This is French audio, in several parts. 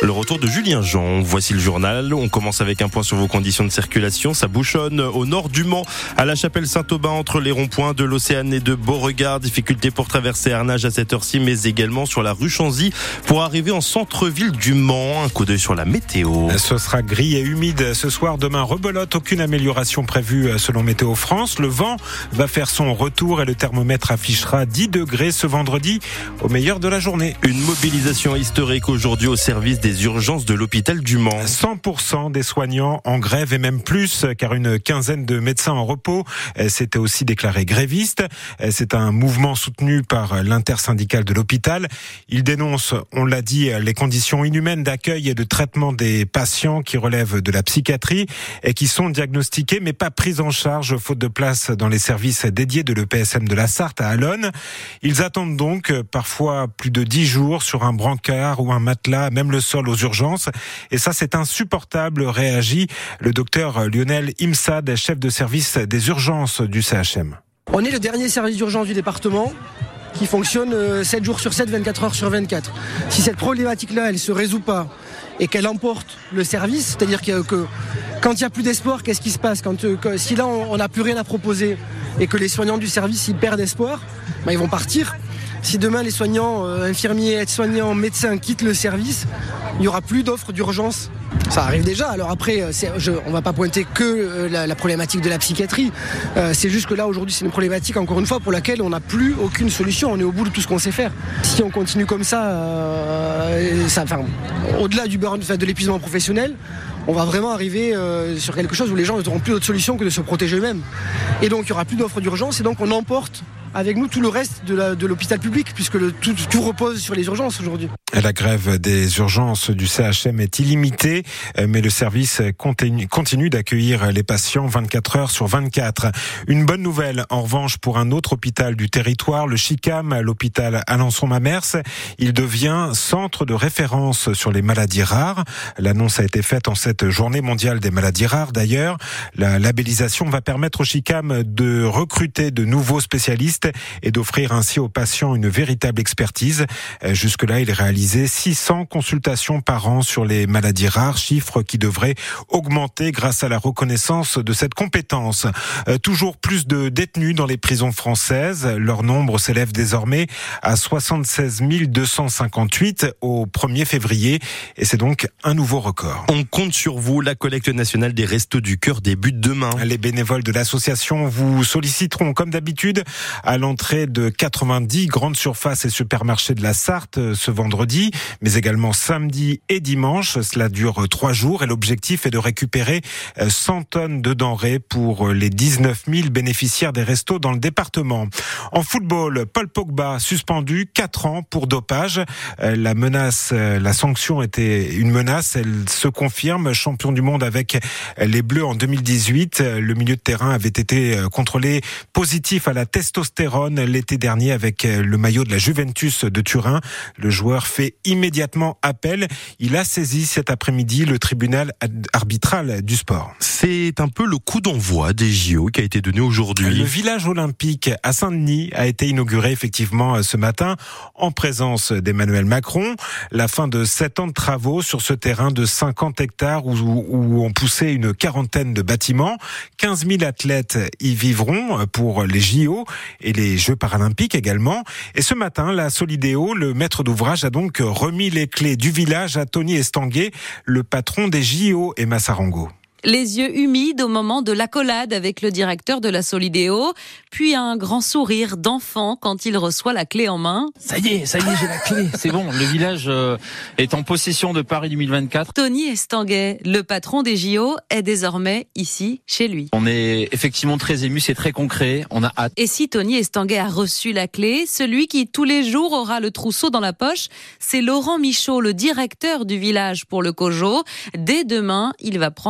Le retour de Julien Jean. Voici le journal. On commence avec un point sur vos conditions de circulation. Ça bouchonne au nord du Mans, à la chapelle Saint-Aubin, entre les ronds-points de l'Océane et de Beauregard. Difficulté pour traverser Ernage à cette heure-ci, mais également sur la rue Chanzy pour arriver en centre-ville du Mans. Un coup d'œil sur la météo. Ce sera gris et humide ce soir. Demain, rebelote. Aucune amélioration prévue selon Météo France. Le vent va faire son retour et le thermomètre affichera 10 degrés ce vendredi au meilleur de la journée. Une mobilisation historique aujourd'hui au service des urgences de l'hôpital du Mans. 100% des soignants en grève et même plus, car une quinzaine de médecins en repos s'étaient aussi déclarés grévistes. C'est un mouvement soutenu par l'intersyndicale de l'hôpital. Ils dénoncent, on l'a dit, les conditions inhumaines d'accueil et de traitement des patients qui relèvent de la psychiatrie et qui sont diagnostiqués mais pas pris en charge faute de place dans les services dédiés de l'EPSM de la Sarthe à Allonne. Ils attendent donc parfois plus de 10 jours sur un brancard ou un matelas, même le sol aux urgences. Et ça, c'est insupportable, réagit le docteur Lionel Imsad, chef de service des urgences du CHM. On est le dernier service d'urgence du département qui fonctionne 7 jours sur 7, 24 heures sur 24. Si cette problématique-là, elle se résout pas et qu'elle emporte le service, c'est-à-dire que quand il n'y a plus d'espoir, qu'est-ce qui se passe ? Si là, on n'a plus rien à proposer et que les soignants du service, ils perdent espoir, ils vont partir. Si demain les soignants, infirmiers, aides-soignants, médecins quittent le service, il n'y aura plus d'offres d'urgence. Ça arrive déjà. Alors après, on ne va pas pointer que la problématique de la psychiatrie. C'est juste que là, aujourd'hui, c'est une problématique, encore une fois, pour laquelle on n'a plus aucune solution. On est au bout de tout ce qu'on sait faire. Si on continue comme ça, au-delà de l'épuisement professionnel, on va vraiment arriver sur quelque chose où les gens n'auront plus d'autre solution que de se protéger eux-mêmes. Et donc, il n'y aura plus d'offres d'urgence et donc on emporte avec nous tout le reste de l'hôpital public, puisque tout repose sur les urgences aujourd'hui. La grève des urgences du CHM est illimitée, mais le service continue d'accueillir les patients 24 heures sur 24. Une bonne nouvelle, en revanche, pour un autre hôpital du territoire, le Chicam, l'hôpital Alençon-Mamers. Il devient centre de référence sur les maladies rares. L'annonce a été faite en cette journée mondiale des maladies rares. D'ailleurs, la labellisation va permettre au Chicam de recruter de nouveaux spécialistes et d'offrir ainsi aux patients une véritable expertise. Jusque-là, il réalisait 600 consultations par an sur les maladies rares, chiffre qui devrait augmenter grâce à la reconnaissance de cette compétence. Toujours plus de détenus dans les prisons françaises. Leur nombre s'élève désormais à 76 258 au 1er février et c'est donc un nouveau record. On compte sur vous. La collecte nationale des Restos du Cœur débute demain. Les bénévoles de l'association vous solliciteront comme d'habitude à l'entrée de 90 grandes surfaces et supermarchés de la Sarthe ce vendredi, mais également samedi et dimanche. Cela dure 3 jours et l'objectif est de récupérer 100 tonnes de denrées pour les 19 000 bénéficiaires des restos dans le département. En football, Paul Pogba suspendu 4 ans pour dopage. La sanction était une menace, elle se confirme. Champion du monde avec les Bleus en 2018, le milieu de terrain avait été contrôlé positif à la testostérone l'été dernier avec le maillot de la Juventus de Turin. Le joueur fait immédiatement appel. Il a saisi cet après-midi le tribunal arbitral du sport. C'est un peu le coup d'envoi des JO qui a été donné aujourd'hui. Le village olympique à Saint-Denis a été inauguré effectivement ce matin en présence d'Emmanuel Macron. La fin de 7 ans de travaux sur ce terrain de 50 hectares où on poussait une quarantaine de bâtiments. 15 000 athlètes y vivront pour les JO et les Jeux paralympiques également. Et ce matin, la Solideo, le maître d'ouvrage, a donc remis les clés du village à Tony Estanguet, le patron des JO, Emma Sarango. Les yeux humides au moment de l'accolade avec le directeur de la Solideo, puis un grand sourire d'enfant quand il reçoit la clé en main. Ça y est, j'ai la clé. C'est bon, le village est en possession de Paris 2024. Tony Estanguet, le patron des JO, est désormais ici, chez lui. On est effectivement très ému, c'est très concret, on a hâte. Et si Tony Estanguet a reçu la clé, celui qui tous les jours aura le trousseau dans la poche, c'est Laurent Michaud, le directeur du village pour le COJO. Dès demain, il va prendre possession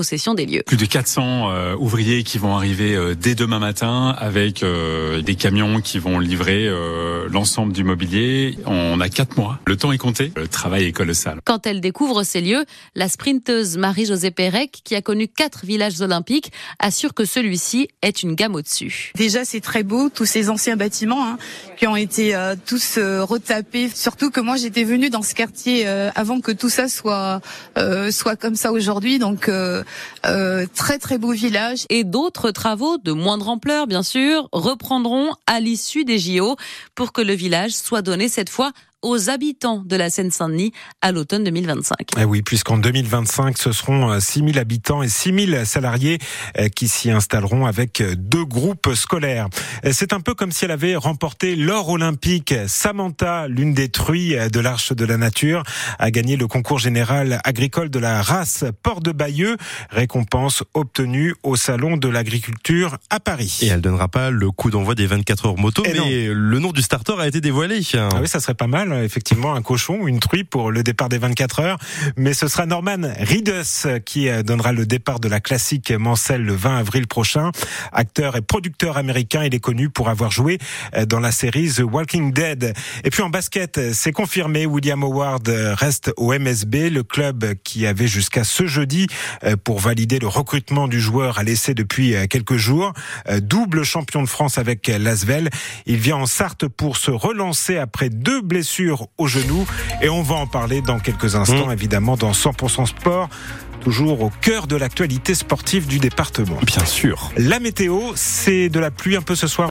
possession des lieux. Plus de 400 ouvriers qui vont arriver dès demain matin avec des camions qui vont livrer l'ensemble du mobilier. On a 4 mois. Le temps est compté. Le travail est colossal. Quand elle découvre ces lieux, la sprinteuse Marie-Josée Pérec, qui a connu 4 villages olympiques, assure que celui-ci est une gamme au-dessus. Déjà, c'est très beau, tous ces anciens bâtiments qui ont été tous retapés. Surtout que moi, j'étais venue dans ce quartier avant que tout ça soit comme ça aujourd'hui. Donc, très très beau village. Et d'autres travaux de moindre ampleur, bien sûr, reprendront à l'issue des JO pour que le village soit donné cette fois aux habitants de la Seine-Saint-Denis à l'automne 2025. Eh oui, puisqu'en 2025, ce seront 6 000 habitants et 6 000 salariés qui s'y installeront avec 2 groupes scolaires. C'est un peu comme si elle avait remporté l'or olympique. Samantha, l'une des truies de l'Arche de la Nature, a gagné le concours général agricole de la race Port de Bayeux, récompense obtenue au Salon de l'Agriculture à Paris. Et elle donnera pas le coup d'envoi des 24 heures moto, mais non. Le nom du starter a été dévoilé. Ah oui, ça serait pas mal. Effectivement, un cochon ou une truie pour le départ des 24 heures. Mais ce sera Norman Reedus qui donnera le départ de la classique Mansell le 20 avril prochain. Acteur et producteur américain, il est connu pour avoir joué dans la série The Walking Dead. Et puis en basket, c'est confirmé, William Howard reste au MSB, le club qui avait jusqu'à ce jeudi pour valider le recrutement du joueur à l'essai depuis quelques jours. Double champion de France avec l'Asvel. Il vient en Sarthe pour se relancer après 2 blessures au genou, et on va en parler dans quelques instants, évidemment, dans 100% Sport, toujours au cœur de l'actualité sportive du département. Bien sûr. La météo, c'est de la pluie un peu ce soir.